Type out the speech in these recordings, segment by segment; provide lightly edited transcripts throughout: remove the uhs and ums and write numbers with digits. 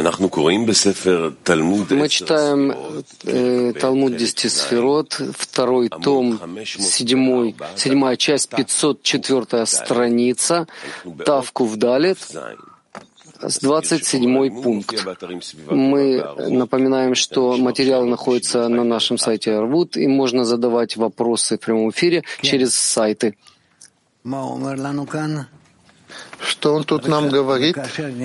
Мы читаем Талмуд 10 сферот, второй том, седьмая часть, 504 страница, Тавкув Далет, с 27 пункт. Мы напоминаем, что материал находится на нашем сайте Арвуд, и можно задавать вопросы в прямом эфире через сайты. Что он тут нам говорит?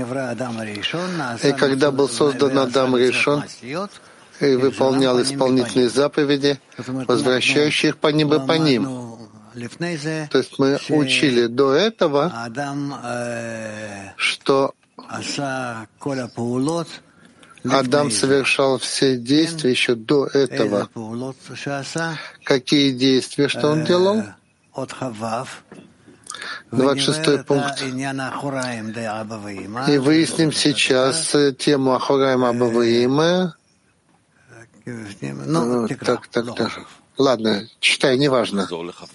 И когда был создан Адам Ришон и выполнял исполнительные заповеди, возвращающие их по ним и по ним. То есть мы учили до этого, что Адам совершал все действия еще до этого. Какие действия, что он делал? 26 пункт. И выясним сейчас тему Ахораим Абаваима. Так. Ладно, читай, неважно.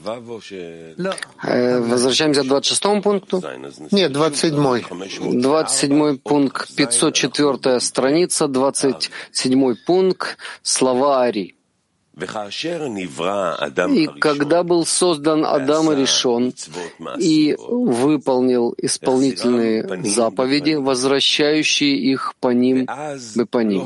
Возвращаемся к 26 пункту? Нет, 27. 27 пункт, 504 страница, 27 пункт, слова Ари. И когда был создан Адам Ришон и выполнил исполнительные заповеди, возвращающие их по ним и по ним,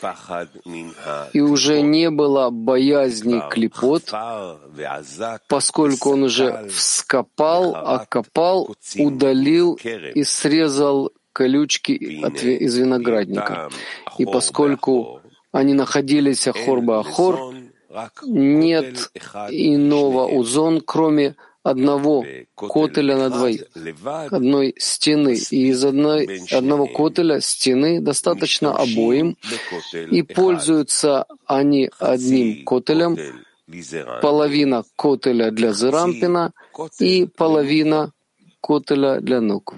и уже не было боязни клипот, поскольку он уже вскопал, окопал, удалил и срезал колючки из виноградника. И поскольку они находились ахор-ба-ахор, нет иного узон, кроме одного котеля на двоих, одной стены. И из одного котеля стены достаточно обоим, и пользуются они одним котелем, половина котеля для зерампина и половина котеля для нуквы.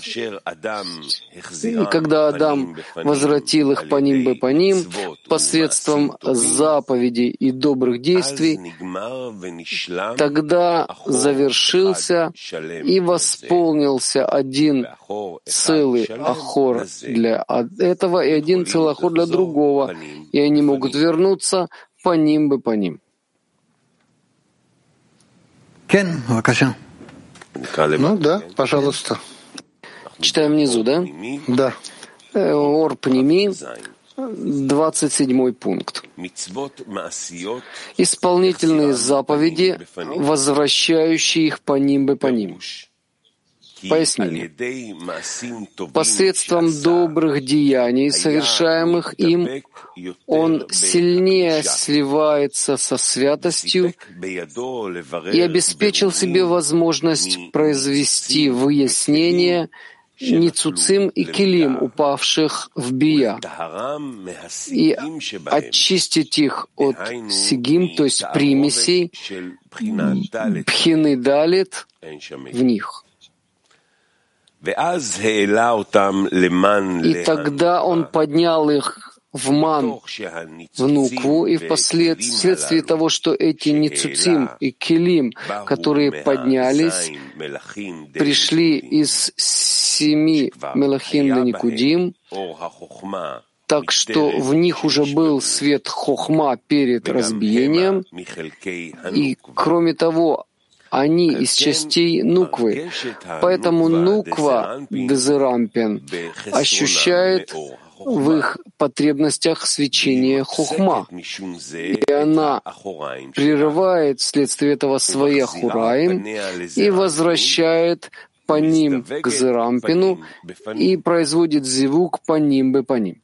И когда Адам возвратил их по ним бы по ним, посредством заповедей и добрых действий, тогда завершился и восполнился один целый ахор для этого и один целый ахор для другого, и они могут вернуться по ним бы по ним. Ну да, пожалуйста. Читаем внизу, да? Да. Ор Пними, 27 пункт. Исполнительные заповеди, возвращающие их по ним бы по ним. Пояснение. Посредством добрых деяний, совершаемых им, он сильнее сливается со святостью и обеспечил себе возможность произвести выяснение ницуцим и килим, упавших в бия, и очистить их от сигим, то есть примесей, пхины далит в них. И тогда он поднял их в ман, в нукву, и вследствие того, что эти ницуцим и килим, которые поднялись, пришли из 7 мелахим до никудим, так что в них уже был свет хохма перед разбиением, и кроме того, они из частей нуквы. Поэтому нуква дезерампен ощущает в их потребностях свечение хохма. И она прерывает вследствие этого свои ахураим и возвращает по ним к зерампину и производит зивук по ним бы по ним.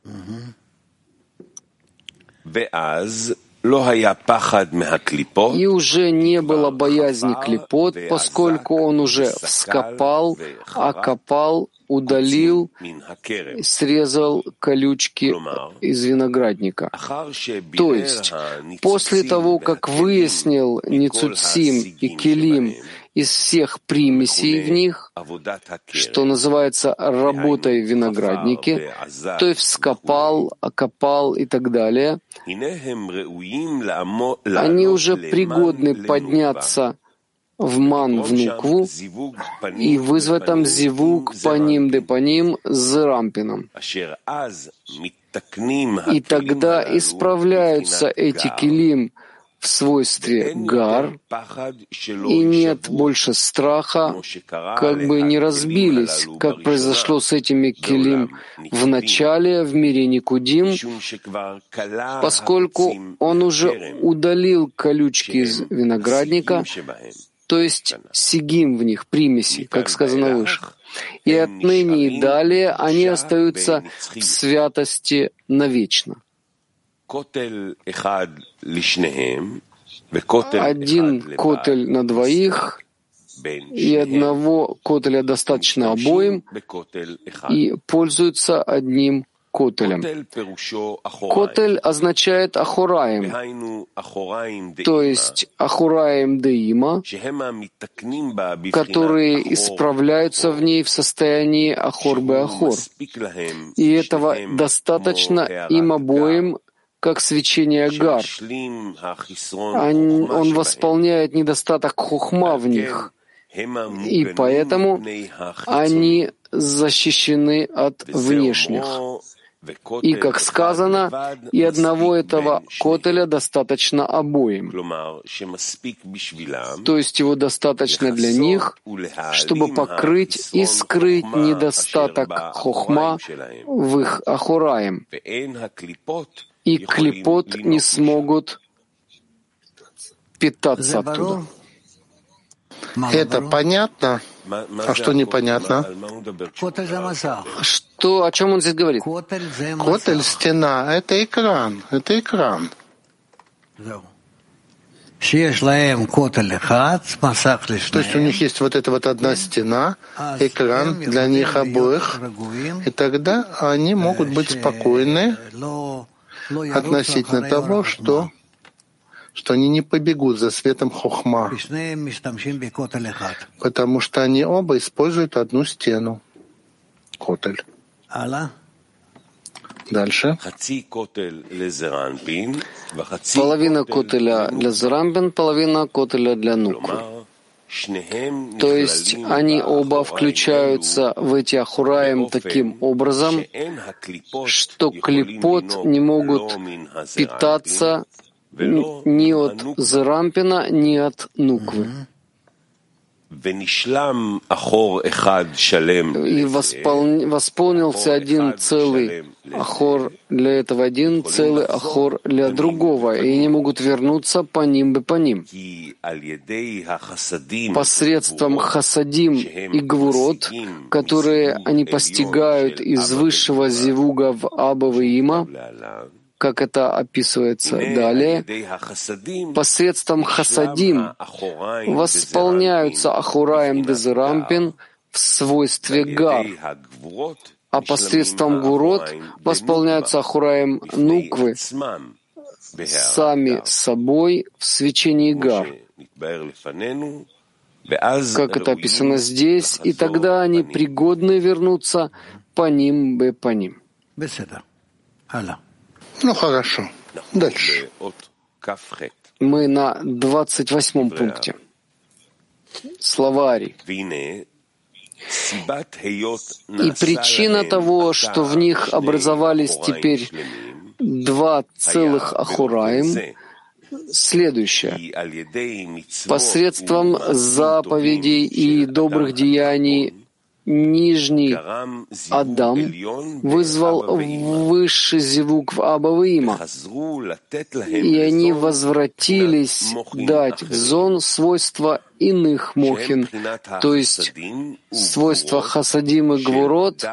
И уже не было боязни клипот, поскольку он уже вскопал, окопал, удалил, срезал колючки из виноградника. То есть, после того, как выяснил ницуцим и килим из всех примесей в них, что называется работой в винограднике, то есть вскопал, окопал и так далее, они уже пригодны подняться в ман, в нукву, и вызвать там зивуг паним де паним с зерампином. И тогда исправляются эти килим в свойстве гар, и нет больше страха, как бы не разбились, как произошло с этими килим в начале, в мире Никудим, поскольку он уже удалил колючки из виноградника, то есть сигим в них, примеси, как сказано выше. И отныне и далее они остаются в святости навечно. Один котель на двоих, и одного котеля достаточно обоим, и пользуются одним котелем. Котель означает ахураим, то есть ахураим деима, которые исправляются в ней в состоянии ахор-бе-ахор. И этого достаточно им обоим, как свечение гар. Он восполняет недостаток хохма в них, и поэтому они защищены от внешних. И, как сказано, и одного этого котеля достаточно обоим. То есть его достаточно для них, чтобы покрыть и скрыть недостаток хохма в их ахураим. И клипот не смогут питаться оттуда. Это понятно? А что непонятно? О чем он здесь говорит? Котель, стена — это экран. Это экран. То есть у них есть вот эта вот одна стена, экран для них обоих, и тогда они могут быть спокойны относительно того, что они не побегут за светом хохма, потому что они оба используют одну стену. Котель. Дальше. Половина котеля для зерампин, половина котеля для нуквы. То есть они оба включаются в эти ахураим таким образом, что клипот не могут питаться ни от зерампина, ни от нуквы. И восполнился один целый ахор для этого, один целый ахор для другого, и они могут вернуться по ним бы по ним. Посредством хасадим и гвурот, которые они постигают из высшего зивуга в Аба и Има, как это описывается далее, посредством хасадим восполняются ахураем дезерампин в свойстве гар, а посредством гурот восполняются ахураем нуквы сами собой в свечении гар, как это описано здесь, и тогда они пригодны вернуться по ним бы по ним. Ну, хорошо. Дальше. Мы на 28-м пункте. Словарий. И причина того, что в них образовались теперь два целых ахураим, следующая. Посредством заповедей и добрых деяний нижний Адам вызвал высший зивук в Аба и Има, и они возвратились дать в зон свойства иных мохин, то есть свойства хасадим и гвурот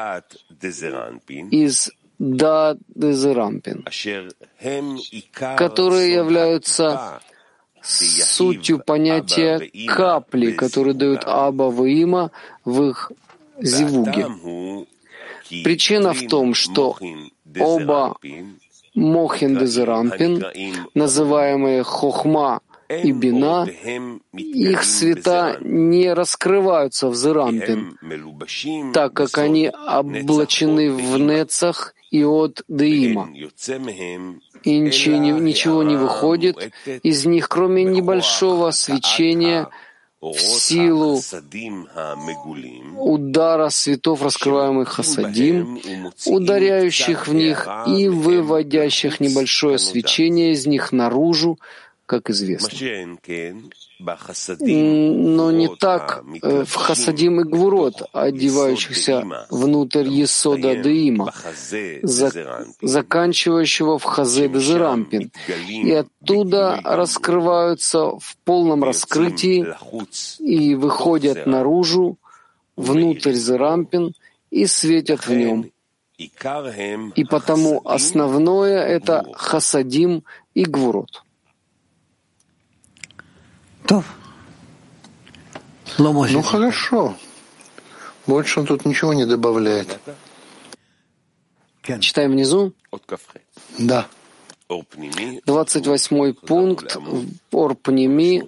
из да дезерампин, которые являются сутью понятия капли, которые дают Аба и Има в их зивуге. Причина в том, что оба мохин дезерампин, называемые хохма и бина, их света не раскрываются в зерампин, так как они облачены в нецах и от деима. И ничего не выходит из них, кроме небольшого свечения в силу удара светов, раскрываемых хасадим, ударяющих в них и выводящих небольшое свечение из них наружу, как известно. Но не так в хасадим и гвурот, одевающихся внутрь есода деима, заканчивающего в хазе дезерампин, и оттуда раскрываются в полном раскрытии и выходят наружу, внутрь зерампин, и светят в нем. И потому основное — это хасадим и гвурот. Ну хорошо. Больше он тут ничего не добавляет. Читаем внизу. Да. 28-й пункт. Ор-Пними.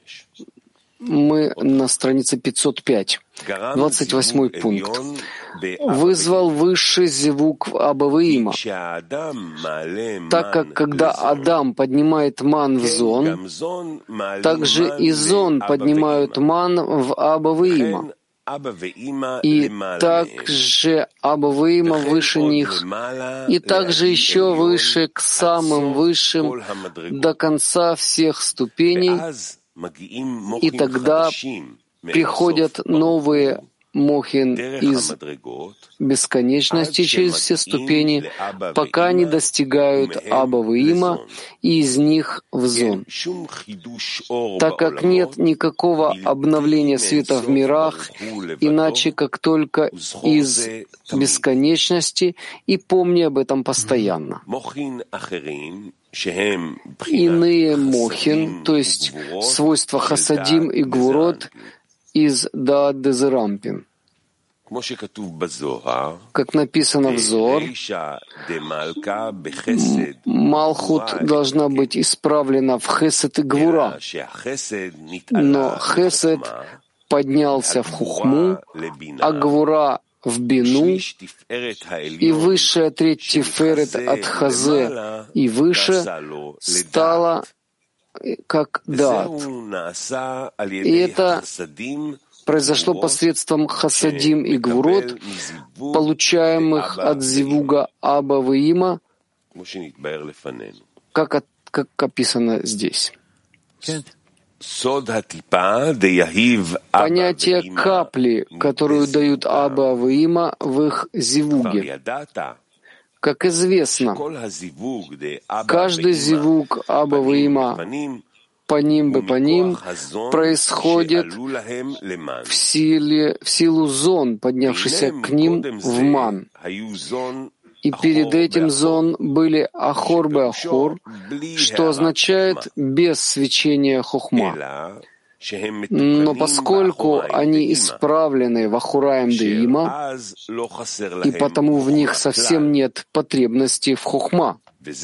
Мы на странице 505. 28-й пункт. Вызвал высший зевук Абаваима. Так как когда Адам поднимает ман в зон, также и зон поднимают ман в Абаваима. И также Абаваима выше них, и также еще выше к самым высшим до конца всех ступеней, и тогда приходят новые мохин из бесконечности через все ступени, пока не достигают Абаваима и из них в зон. Так как нет никакого обновления света в мирах, иначе как только из бесконечности, и помни об этом постоянно. Иные мохин, то есть свойства хасадим и гвурот, из Даат Дезерампин. Как написано в Зоар, Малхут должна быть исправлена в Хесед и Гвура, но Хесед поднялся в Хухму, а Гвура в Бину, и высшая треть Тиферет от Хазе и выше стала как Даат. И это произошло посредством хасадим и гвурот, получаемых от зивуга Абаваима, как описано здесь. Понятие капли, которую дают Абаваима в их зивуге. Как известно, каждый зивуг Абаваима по ним происходит в силу зон, поднявшихся к ним в ман. И перед этим зон были ахор-бе-ахор, что означает без свечения хохма. Но поскольку они исправлены в Ахураим Деима, и потому в них совсем нет потребности в хохма.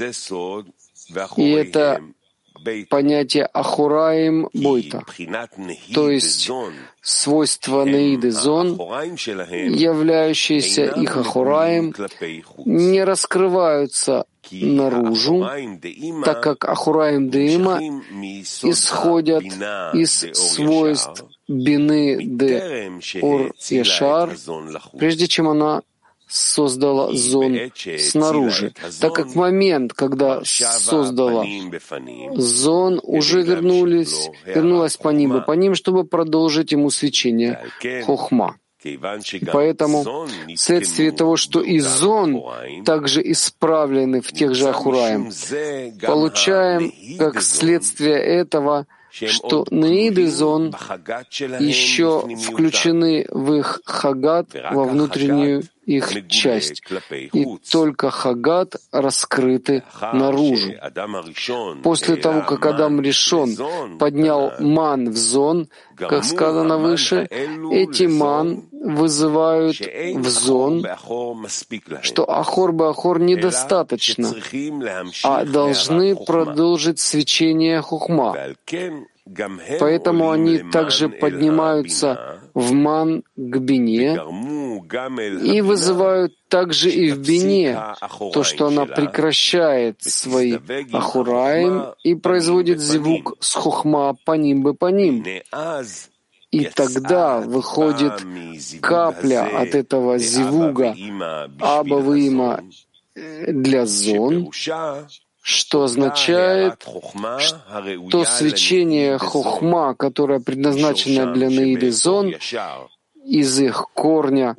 И это понятие Ахураим Бойта, то есть свойства Неиды Зон, являющиеся их Ахураим, не раскрываются наружу, так как Ахураим Деима исходят из свойств Бины де Ор Яшар, прежде чем она создала зон снаружи, так как в момент, когда создала зон, уже вернулась по ним, чтобы продолжить ему свечение хохма. И поэтому, вследствие того, что и зон также исправлены в тех же Ахураим, получаем, как следствие этого, что неиды зон еще включены в их хагат, во внутреннюю их часть, и только хагат раскрыты наружу. После того, как Адам Ришон поднял ман в зон, как сказано выше, эти ман вызывают в зон, что ахор-бе-ахор недостаточно, а должны продолжить свечение хухма. Поэтому они также поднимаются в ман к бине и вызывают также и в бине то, что она прекращает свои ахураим и производит зивук с хохма по ним. И тогда выходит капля от этого зивуга Аба виима для зон, что означает, что свечение хохма, которое предназначено для Неиды зон, из их корня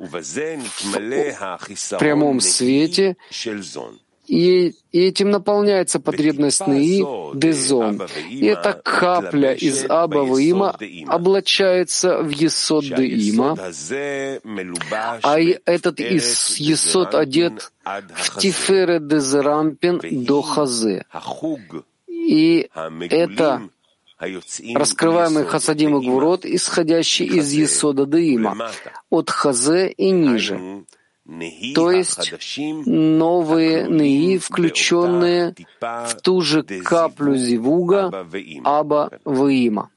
в прямом свете, и этим наполняется потребность Неи Дезон. И эта капля из Аба виима облачается в Есод Деима, а этот Есод одет в Тиферет Дезерампин до Хазе. И это раскрываемый Хасадим и Гвурот, исходящий из Есода Деима, от Хазе и ниже. То есть новые Неи, включенные в ту же каплю зивуга Аба виима.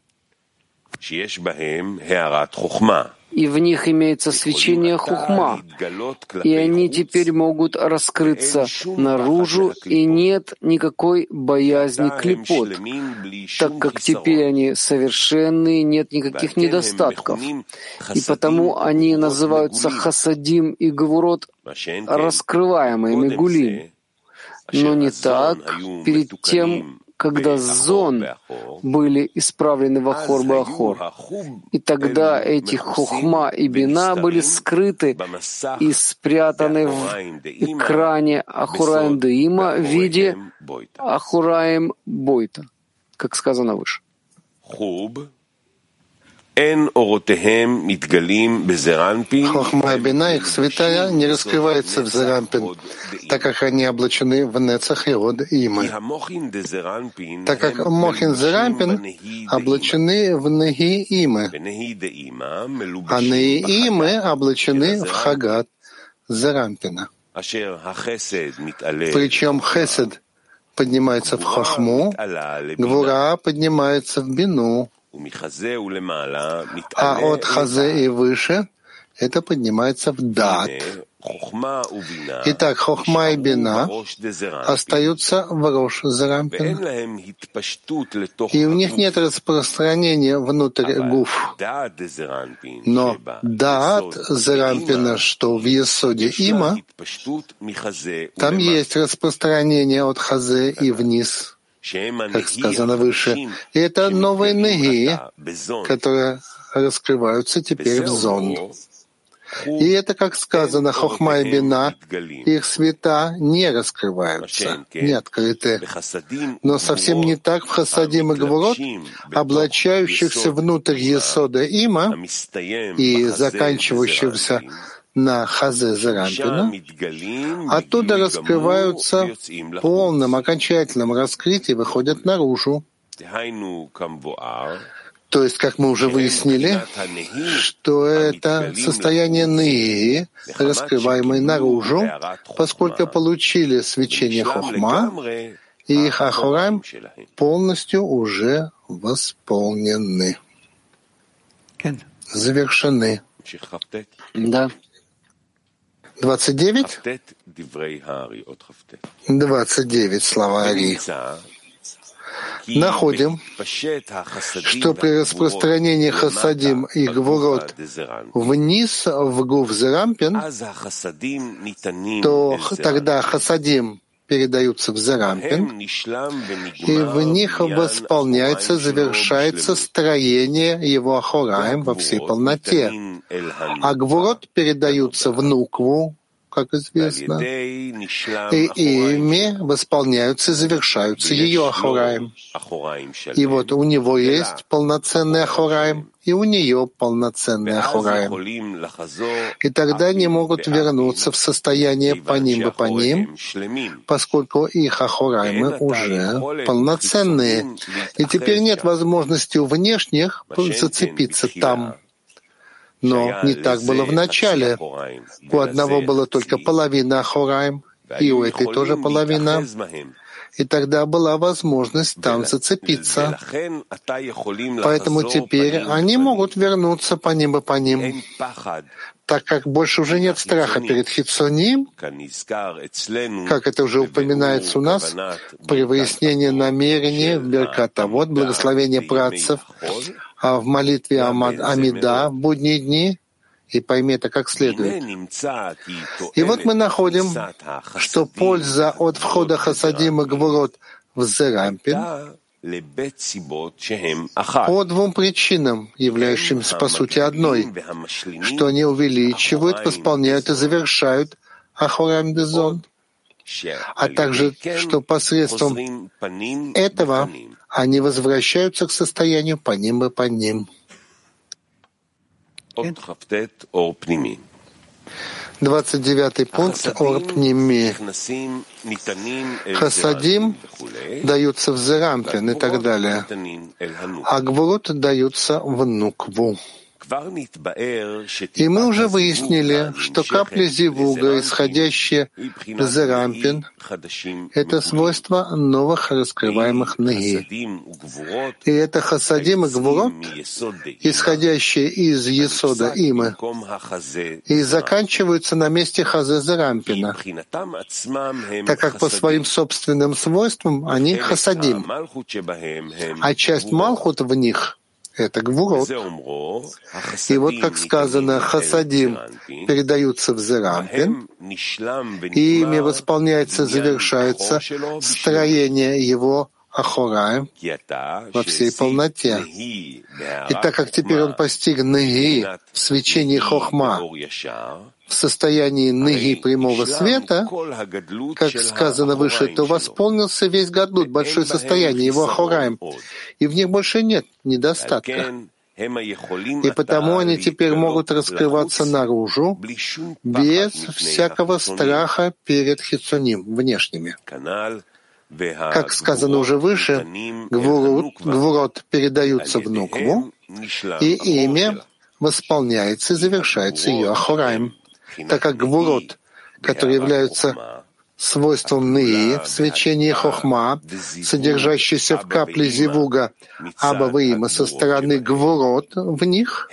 И в них имеется свечение хухма, и они теперь могут раскрыться наружу, и нет никакой боязни клипот, так как теперь они совершенные, нет никаких недостатков. И потому они называются хасадим и гвурот, раскрываемыми гулим. Но не так перед тем, когда зон были исправлены в Ахор Беахор. И тогда эти хохма и бина были скрыты и спрятаны в экране Ахураим Деима в виде Ахураим Бойта, как сказано выше. Хохма и бина, их святая, не раскрывается в Зерампин, так как они облачены в Нецах и Од Имы. Так как Мохин Зерампин облачены в Неги Имы, а Неги Имы облачены в Хагат Зерампина. Причем Хесед поднимается в Хохму, Гвура поднимается в Бину, а от Хазе и выше это поднимается в Дат. Итак, Хохма и Бина остаются в Рош Зерампин, и у них нет распространения внутрь Гуф. Но Даат Зерампина, что в Есоде Има, там есть распространение от Хазе и вниз, как сказано выше. И это новые Неги, которые раскрываются теперь в зон. И это, как сказано, Хохма и Бина, их света не раскрываются, не открыты. Но совсем не так в Хасадим и Гвурот, облачающихся внутрь Есода Има и заканчивающихся на Хазе Зерампина, оттуда раскрываются в полном, окончательном раскрытии, выходят наружу. То есть, как мы уже выяснили, что это состояние Неи, раскрываемое наружу, поскольку получили свечение Хохма, и их Ахураим полностью уже восполнены, завершены. Да. 29? 29 слова Ари. Находим, что при распространении Хасадим и Гвурот вниз в Гуф Зерампин, то тогда Хасадим передаются в Зерампин, и в них восполняется, завершается строение его Ахураим во всей полноте. А Гвурот передаются в Нукву, как известно, и ими восполняются и завершаются ее Ахураим. И вот у него есть полноценный Ахураим, и у нее полноценный Ахураим. И тогда они могут вернуться в состояние по ним, поскольку их Ахураимы уже полноценные. И теперь нет возможности у внешних зацепиться там. Но не так было в начале. У одного было только половина Ахураим, и у этой тоже половина. И тогда была возможность там зацепиться. Поэтому теперь они могут вернуться по ним, так как больше уже нет страха перед хитсоним, как это уже упоминается у нас, при выяснении намерения в Беркат Авот, благословение працев, а в молитве Амида в будние дни, и пойми это как следует. И вот мы находим, что польза от входа Хасадим и Гвурот в Зерампин по двум причинам, являющимся по сути одной, что они увеличивают, восполняют и завершают Ахораим Дезон, а также, что посредством этого они возвращаются к состоянию паним и паним. 29-й пункт Ор Пними. Хасадим даются в Зерампин и так далее, а Гвурот даются в Нукву. И мы уже выяснили, что капли зивуга, исходящие в Зерампин, это свойство новых раскрываемых неги. И это Хасадим и Гвурот, исходящие из Есода Имы, и заканчиваются на месте Хазе Зерампина, так как по своим собственным свойствам они Хасадим, а часть Малхут в них — это Гвурот. И вот, как сказано, Хасадим передаются в Зерампин, и ими восполняется, завершается строение его Ахораим во всей полноте. И так как теперь он постиг Неги в свечении Хохма, в состоянии Неги прямого света, как сказано выше, то восполнился весь Гадлут, большое состояние, его Ахораим, и в них больше нет недостатка. И потому они теперь могут раскрываться наружу без всякого страха перед хицуним, внешними. Как сказано уже выше, Гвурот передаются в Нукву, и ими восполняется и завершается ее Ахораим, так как Гвурот, которые являются свойством Неи в свечении Хохма, содержащейся в капле зивуга Абаваима со стороны Гвурот в них,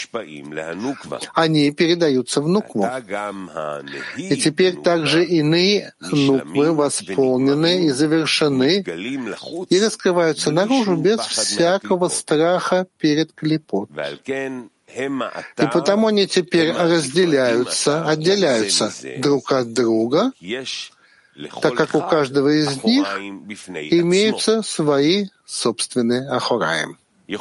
они передаются в Нукву. И теперь также иные Нуквы восполнены и завершены и раскрываются наружу без всякого страха перед клипот. И потому они теперь отделяются друг от друга, так как у каждого из них имеются свои собственные Ахораим. И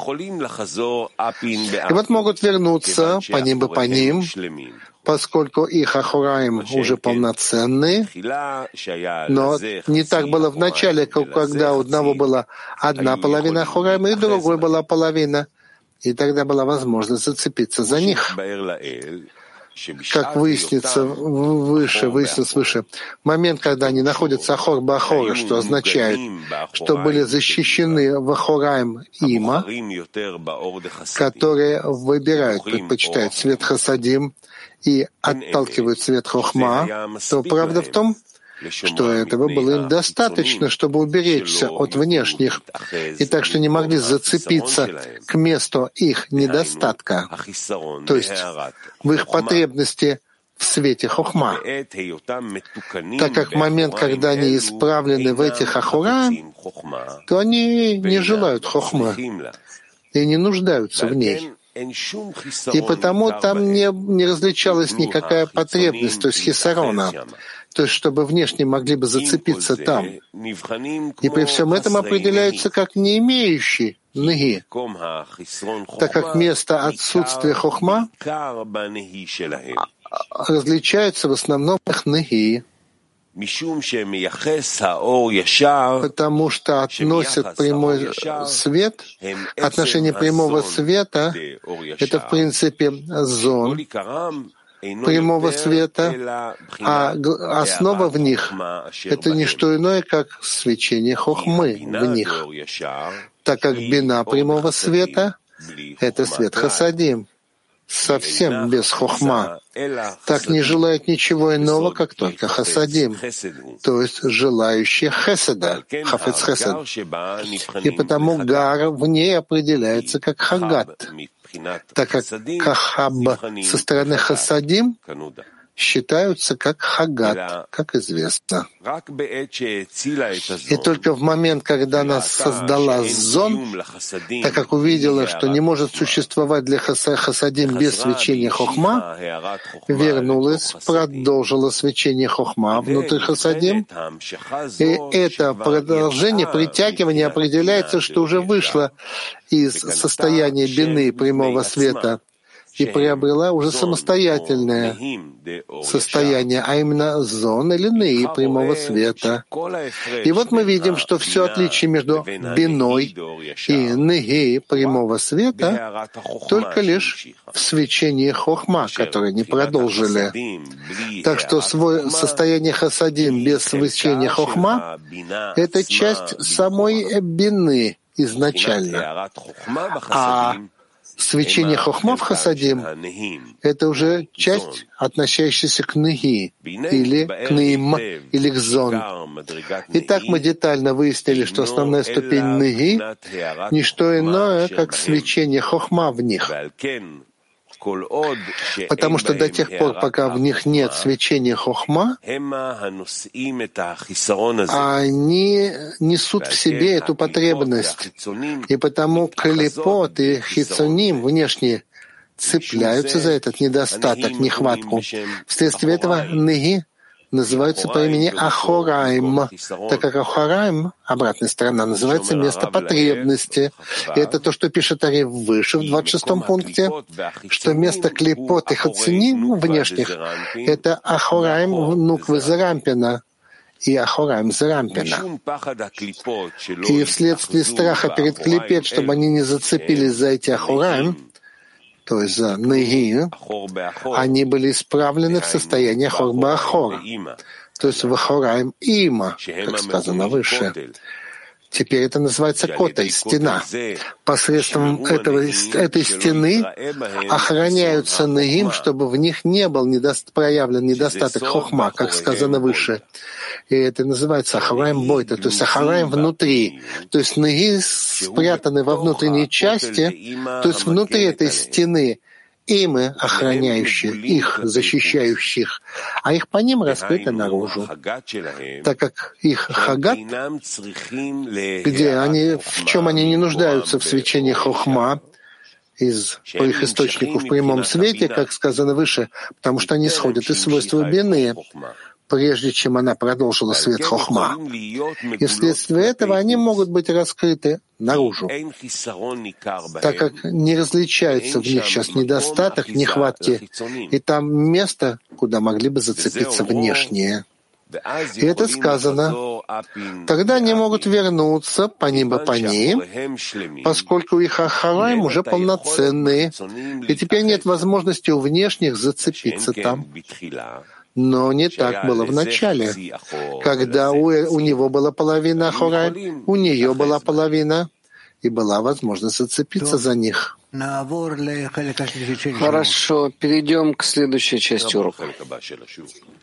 вот могут вернуться паним бы паним, поскольку их Ахораим уже полноценные, но не так было в начале, когда у одного была одна половина Ахораима и другой была половина, и тогда была возможность зацепиться за них. Как выяснится выше, момент, когда они находятся Ахор Бахора, что означает, что были защищены в Ахораим Има, которые выбирают, предпочитают свет Хасадим и отталкивают свет Хохма, то правда в том, что этого было им достаточно, чтобы уберечься от внешних, и так что не могли зацепиться к месту их недостатка, то есть в их потребности в свете Хохма. Так как в момент, когда они исправлены в этих Ахораим, то они не желают Хохма и не нуждаются в ней. И потому там не различалась никакая потребность, то есть хисарона, то есть чтобы внешне могли бы зацепиться там. И при всем этом определяются как не имеющие неги, так как место отсутствия хохма различается в основном их неги, потому что относят прямой свет, отношение прямого света — это в принципе зон прямого света, а основа в них — это не что иное, как свечение хохмы в них, так как бина прямого света — это свет хасадим, совсем без хохма, так не желает ничего иного, как только хасадим, то есть желающий хеседа, хафец хесед. И потому гар в ней определяется как хагат, так как кахаб со стороны хасадим считаются как хагат, как известно. И только в момент, когда она создала зон, так как увидела, что не может существовать для хасадим без свечения хохма, вернулась, продолжила свечение хохма внутри хасадим, и это продолжение, притягивание определяется, что уже вышло из состояния бины прямого света и приобрела уже самостоятельное состояние, а именно зон или неи прямого света. И вот мы видим, что все отличие между биной и неги прямого света только лишь в свечении хохма, которое не продолжили. Так что состояние хасадим без свечения хохма — это часть самой бины изначально. А свечение хохма в хасадим — это уже часть, относящаяся к неги, или к неим, или к зон. Итак, мы детально выяснили, что основная ступень неги — не что иное, как свечение хохма в них. Потому что до тех пор, пока в них нет свечения хохма, они несут в себе эту потребность. И потому клипот и хицуним внешне цепляются за этот недостаток, нехватку. Вследствие этого неги называются по имени Ахораим, так как Ахораим, обратная сторона, называется место потребности. И это то, что пишет Ари выше, в 26-м пункте, что место клипот и хациним внешних — это Ахораим нуквы Зарампина и Ахораим Зарампина. И вследствие страха перед клипет, чтобы они не зацепились за эти Ахораим, то есть за неги, они были исправлены в состоянии ахор-ба-ахор, то есть в ахораим има, как сказано выше. Теперь это называется котай, стена. Посредством этой стены охраняются неим, чтобы в них не был проявлен недостаток хохма, как сказано выше. И это называется ахараем бойта, то есть ахараем внутри. То есть неги спрятаны во внутренней части, то есть внутри этой стены, имы, охраняющие их, защищающих, а их по ним раскрыто наружу. Так как их хагат, где они, в чем они не нуждаются в свечении хохма, по их источнику в прямом свете, как сказано выше, потому что они исходят из свойства бины, прежде чем она продолжила свет хохма. И вследствие этого они могут быть раскрыты наружу, так как не различается в них сейчас недостаток, нехватки, и там место, куда могли бы зацепиться внешние. И это сказано. Тогда они могут вернуться по-ним, поскольку их ахараим уже полноценные, и теперь нет возможности у внешних зацепиться там. Но не так было в начале, когда у него была половина ахораим, у нее была половина, и была возможность зацепиться за них. Хорошо, перейдем к следующей части урока.